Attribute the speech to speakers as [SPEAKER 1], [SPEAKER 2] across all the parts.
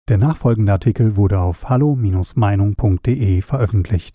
[SPEAKER 1] Der nachfolgende Artikel wurde auf hallo-meinung.de veröffentlicht.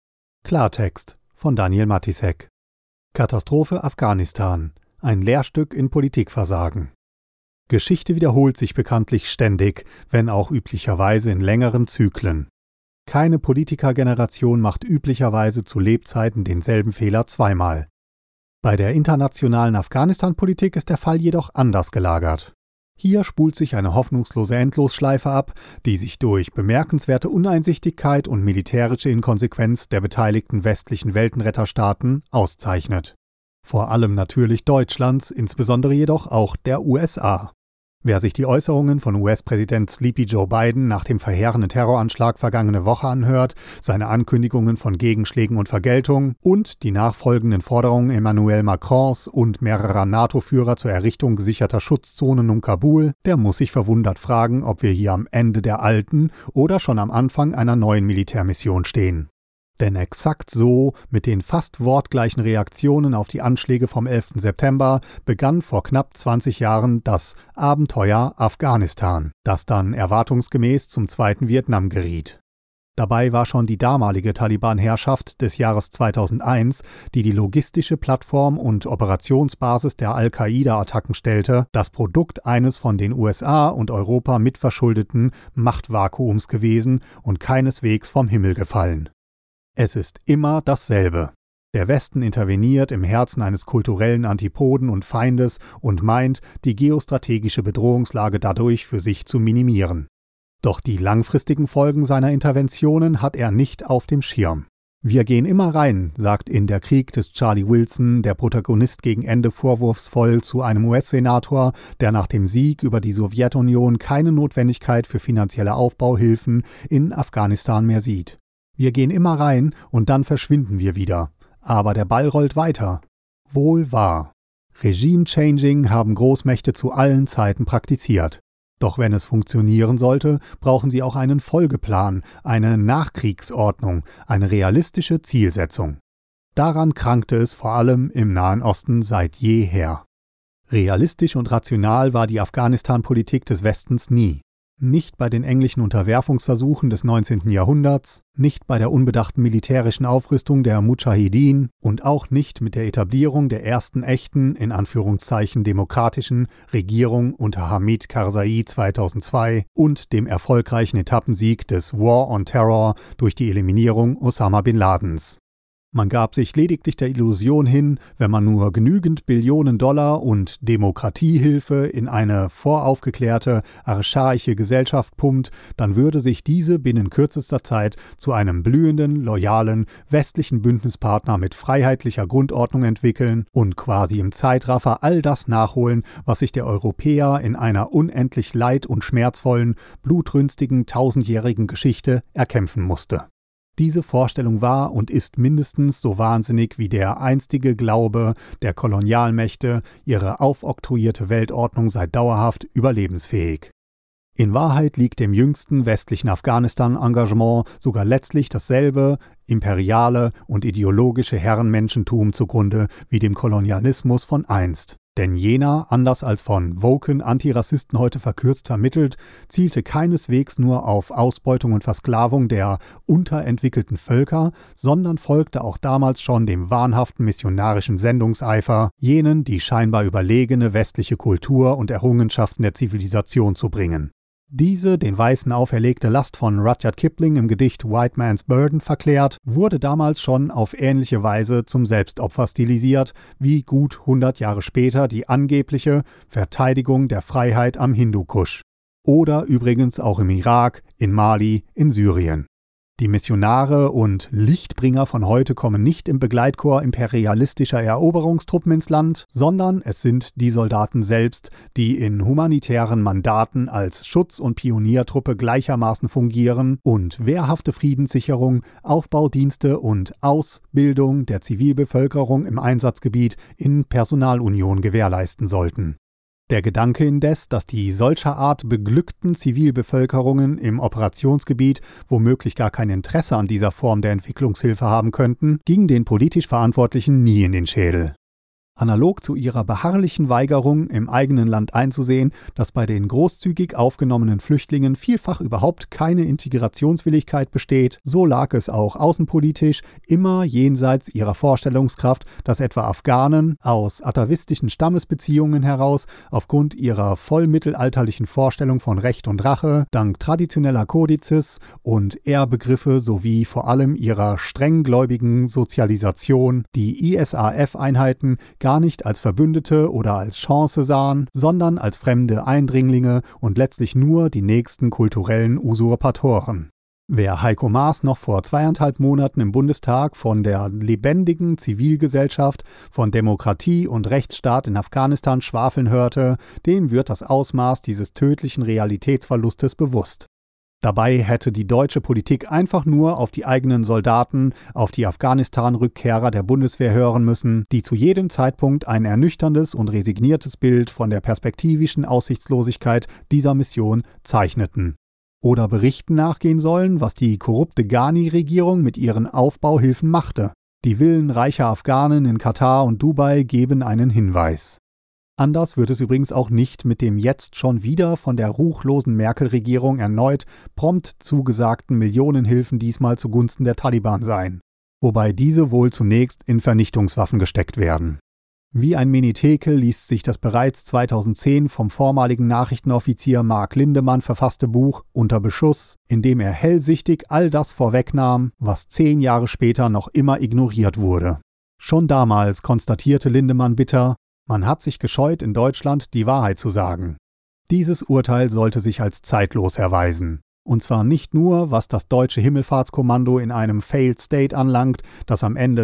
[SPEAKER 1] Klartext von Daniel Matisek. Katastrophe Afghanistan. Ein Lehrstück in Politikversagen. Geschichte wiederholt sich bekanntlich ständig, wenn auch üblicherweise in längeren Zyklen. Keine Politikergeneration macht üblicherweise zu Lebzeiten denselben Fehler zweimal. Bei der internationalen Afghanistan-Politik ist der Fall jedoch anders gelagert. Hier spult sich eine hoffnungslose Endlosschleife ab, die sich durch bemerkenswerte Uneinsichtigkeit und militärische Inkonsequenz der beteiligten westlichen Weltenretterstaaten auszeichnet. Vor allem natürlich Deutschlands, insbesondere jedoch auch der USA. Wer sich die Äußerungen von US-Präsident Sleepy Joe Biden nach dem verheerenden Terroranschlag vergangene Woche anhört, seine Ankündigungen von Gegenschlägen und Vergeltung und die nachfolgenden Forderungen Emmanuel Macrons und mehrerer NATO-Führer zur Errichtung gesicherter Schutzzonen um Kabul, der muss sich verwundert fragen, ob wir hier am Ende der alten oder schon am Anfang einer neuen Militärmission stehen. Denn exakt so, mit den fast wortgleichen Reaktionen auf die Anschläge vom 11. September, begann vor knapp 20 Jahren das Abenteuer Afghanistan, das dann erwartungsgemäß zum zweiten Vietnam geriet. Dabei war schon die damalige Taliban-Herrschaft des Jahres 2001, die die logistische Plattform und Operationsbasis der Al-Qaida-Attacken stellte, das Produkt eines von den USA und Europa mitverschuldeten Machtvakuums gewesen und keineswegs vom Himmel gefallen. Es ist immer dasselbe. Der Westen interveniert im Herzen eines kulturellen Antipoden und Feindes und meint, die geostrategische Bedrohungslage dadurch für sich zu minimieren. Doch die langfristigen Folgen seiner Interventionen hat er nicht auf dem Schirm. Wir gehen immer rein, sagt in Der Krieg des Charlie Wilson der Protagonist gegen Ende vorwurfsvoll zu einem US-Senator, der nach dem Sieg über die Sowjetunion keine Notwendigkeit für finanzielle Aufbauhilfen in Afghanistan mehr sieht. Wir gehen immer rein und dann verschwinden wir wieder. Aber der Ball rollt weiter. Wohl wahr. Regime-Changing haben Großmächte zu allen Zeiten praktiziert. Doch wenn es funktionieren sollte, brauchen sie auch einen Folgeplan, eine Nachkriegsordnung, eine realistische Zielsetzung. Daran krankte es vor allem im Nahen Osten seit jeher. Realistisch und rational war die Afghanistan-Politik des Westens nie. Nicht bei den englischen Unterwerfungsversuchen des 19. Jahrhunderts, nicht bei der unbedachten militärischen Aufrüstung der Mudschahidin und auch nicht mit der Etablierung der ersten echten, in Anführungszeichen demokratischen, Regierung unter Hamid Karzai 2002 und dem erfolgreichen Etappensieg des War on Terror durch die Eliminierung Osama bin Ladens. Man gab sich lediglich der Illusion hin, wenn man nur genügend Billionen Dollar und Demokratiehilfe in eine voraufgeklärte, archaische Gesellschaft pumpt, dann würde sich diese binnen kürzester Zeit zu einem blühenden, loyalen, westlichen Bündnispartner mit freiheitlicher Grundordnung entwickeln und quasi im Zeitraffer all das nachholen, was sich der Europäer in einer unendlich leid- und schmerzvollen, blutrünstigen, tausendjährigen Geschichte erkämpfen musste. Diese Vorstellung war und ist mindestens so wahnsinnig wie der einstige Glaube der Kolonialmächte, ihre aufoktroyierte Weltordnung sei dauerhaft überlebensfähig. In Wahrheit liegt dem jüngsten westlichen Afghanistan-Engagement sogar letztlich dasselbe imperiale und ideologische Herrenmenschentum zugrunde wie dem Kolonialismus von einst. Denn jener, anders als von woken Antirassisten heute verkürzt vermittelt, zielte keineswegs nur auf Ausbeutung und Versklavung der unterentwickelten Völker, sondern folgte auch damals schon dem wahnhaften missionarischen Sendungseifer, jenen die scheinbar überlegene westliche Kultur und Errungenschaften der Zivilisation zu bringen. Diese den Weißen auferlegte Last von Rudyard Kipling im Gedicht White Man's Burden verklärt, wurde damals schon auf ähnliche Weise zum Selbstopfer stilisiert, wie gut 100 Jahre später die angebliche Verteidigung der Freiheit am Hindukusch. Oder übrigens auch im Irak, in Mali, in Syrien. Die Missionare und Lichtbringer von heute kommen nicht im Begleitchor imperialistischer Eroberungstruppen ins Land, sondern es sind die Soldaten selbst, die in humanitären Mandaten als Schutz- und Pioniertruppe gleichermaßen fungieren und wehrhafte Friedenssicherung, Aufbaudienste und Ausbildung der Zivilbevölkerung im Einsatzgebiet in Personalunion gewährleisten sollten. Der Gedanke indes, dass die solcher Art beglückten Zivilbevölkerungen im Operationsgebiet womöglich gar kein Interesse an dieser Form der Entwicklungshilfe haben könnten, ging den politisch Verantwortlichen nie in den Schädel. Analog zu ihrer beharrlichen Weigerung, im eigenen Land einzusehen, dass bei den großzügig aufgenommenen Flüchtlingen vielfach überhaupt keine Integrationswilligkeit besteht, so lag es auch außenpolitisch immer jenseits ihrer Vorstellungskraft, dass etwa Afghanen aus atavistischen Stammesbeziehungen heraus aufgrund ihrer vollmittelalterlichen Vorstellung von Recht und Rache, dank traditioneller Kodizes und Ehrbegriffe sowie vor allem ihrer strenggläubigen Sozialisation die ISAF-Einheiten gar nicht als Verbündete oder als Chance sahen, sondern als fremde Eindringlinge und letztlich nur die nächsten kulturellen Usurpatoren. Wer Heiko Maas noch vor 2,5 Monaten im Bundestag von der lebendigen Zivilgesellschaft, von Demokratie und Rechtsstaat in Afghanistan schwafeln hörte, dem wird das Ausmaß dieses tödlichen Realitätsverlustes bewusst. Dabei hätte die deutsche Politik einfach nur auf die eigenen Soldaten, auf die Afghanistan-Rückkehrer der Bundeswehr hören müssen, die zu jedem Zeitpunkt ein ernüchterndes und resigniertes Bild von der perspektivischen Aussichtslosigkeit dieser Mission zeichneten. Oder Berichten nachgehen sollen, was die korrupte Ghani-Regierung mit ihren Aufbauhilfen machte. Die Villen reicher Afghanen in Katar und Dubai geben einen Hinweis. Anders wird es übrigens auch nicht mit dem jetzt schon wieder von der ruchlosen Merkel-Regierung erneut prompt zugesagten Millionenhilfen diesmal zugunsten der Taliban sein, wobei diese wohl zunächst in Vernichtungswaffen gesteckt werden. Wie ein Menetekel liest sich das bereits 2010 vom vormaligen Nachrichtenoffizier Mark Lindemann verfasste Buch Unter Beschuss, in dem er hellsichtig all das vorwegnahm, was 10 Jahre später noch immer ignoriert wurde. Schon damals konstatierte Lindemann bitter: Man hat sich gescheut, in Deutschland die Wahrheit zu sagen. Dieses Urteil sollte sich als zeitlos erweisen. Und zwar nicht nur, was das deutsche Himmelfahrtskommando in einem Failed State anlangt, das am Ende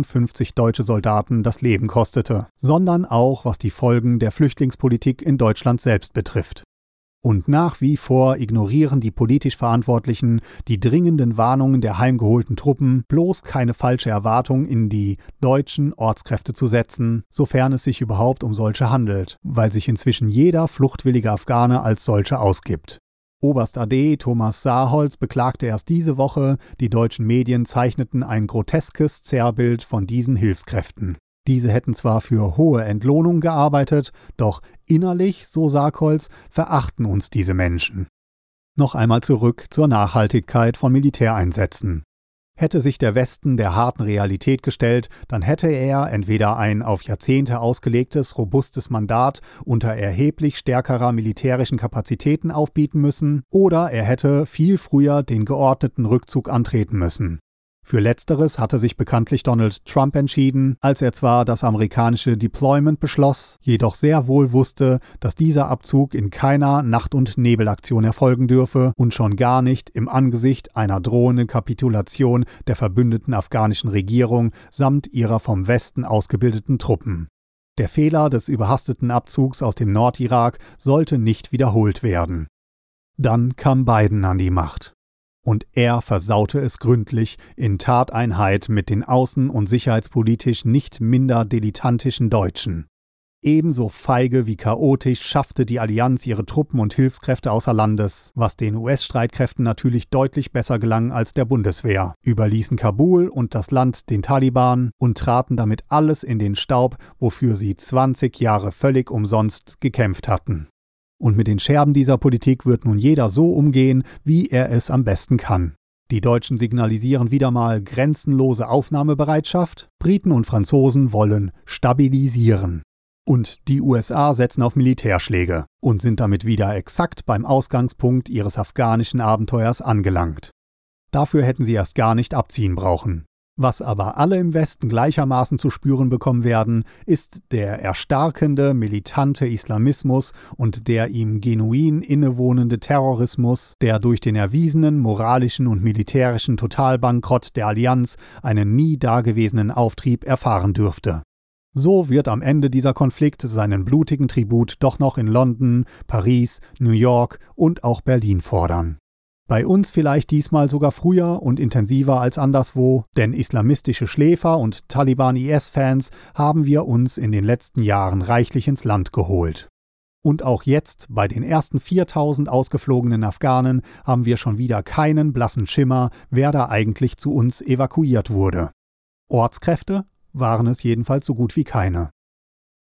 [SPEAKER 1] 59 deutsche Soldaten das Leben kostete, sondern auch, was die Folgen der Flüchtlingspolitik in Deutschland selbst betrifft. Und nach wie vor ignorieren die politisch Verantwortlichen die dringenden Warnungen der heimgeholten Truppen, bloß keine falsche Erwartung in die deutschen Ortskräfte zu setzen, sofern es sich überhaupt um solche handelt, weil sich inzwischen jeder fluchtwillige Afghane als solche ausgibt. Oberst AD Thomas Saarholz beklagte erst diese Woche, die deutschen Medien zeichneten ein groteskes Zerrbild von diesen Hilfskräften. Diese hätten zwar für hohe Entlohnung gearbeitet, doch innerlich, so Saarholz, verachten uns diese Menschen. Noch einmal zurück zur Nachhaltigkeit von Militäreinsätzen. Hätte sich der Westen der harten Realität gestellt, dann hätte er entweder ein auf Jahrzehnte ausgelegtes, robustes Mandat unter erheblich stärkerer militärischen Kapazitäten aufbieten müssen, oder er hätte viel früher den geordneten Rückzug antreten müssen. Für Letzteres hatte sich bekanntlich Donald Trump entschieden, als er zwar das amerikanische Deployment beschloss, jedoch sehr wohl wusste, dass dieser Abzug in keiner Nacht- und Nebelaktion erfolgen dürfe und schon gar nicht im Angesicht einer drohenden Kapitulation der verbündeten afghanischen Regierung samt ihrer vom Westen ausgebildeten Truppen. Der Fehler des überhasteten Abzugs aus dem Nordirak sollte nicht wiederholt werden. Dann kam Biden an die Macht. Und er versaute es gründlich in Tateinheit mit den außen- und sicherheitspolitisch nicht minder dilettantischen Deutschen. Ebenso feige wie chaotisch schaffte die Allianz ihre Truppen und Hilfskräfte außer Landes, was den US-Streitkräften natürlich deutlich besser gelang als der Bundeswehr, überließen Kabul und das Land den Taliban und traten damit alles in den Staub, wofür sie 20 Jahre völlig umsonst gekämpft hatten. Und mit den Scherben dieser Politik wird nun jeder so umgehen, wie er es am besten kann. Die Deutschen signalisieren wieder mal grenzenlose Aufnahmebereitschaft, Briten und Franzosen wollen stabilisieren. Und die USA setzen auf Militärschläge und sind damit wieder exakt beim Ausgangspunkt ihres afghanischen Abenteuers angelangt. Dafür hätten sie erst gar nicht abziehen brauchen. Was aber alle im Westen gleichermaßen zu spüren bekommen werden, ist der erstarkende, militante Islamismus und der ihm genuin innewohnende Terrorismus, der durch den erwiesenen moralischen und militärischen Totalbankrott der Allianz einen nie dagewesenen Auftrieb erfahren dürfte. So wird am Ende dieser Konflikt seinen blutigen Tribut doch noch in London, Paris, New York und auch Berlin fordern. Bei uns vielleicht diesmal sogar früher und intensiver als anderswo, denn islamistische Schläfer und Taliban-IS-Fans haben wir uns in den letzten Jahren reichlich ins Land geholt. Und auch jetzt, bei den ersten 4000 ausgeflogenen Afghanen, haben wir schon wieder keinen blassen Schimmer, wer da eigentlich zu uns evakuiert wurde. Ortskräfte waren es jedenfalls so gut wie keine.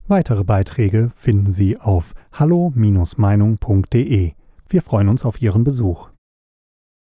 [SPEAKER 1] Weitere Beiträge finden Sie auf hallo-meinung.de. Wir freuen uns auf Ihren Besuch.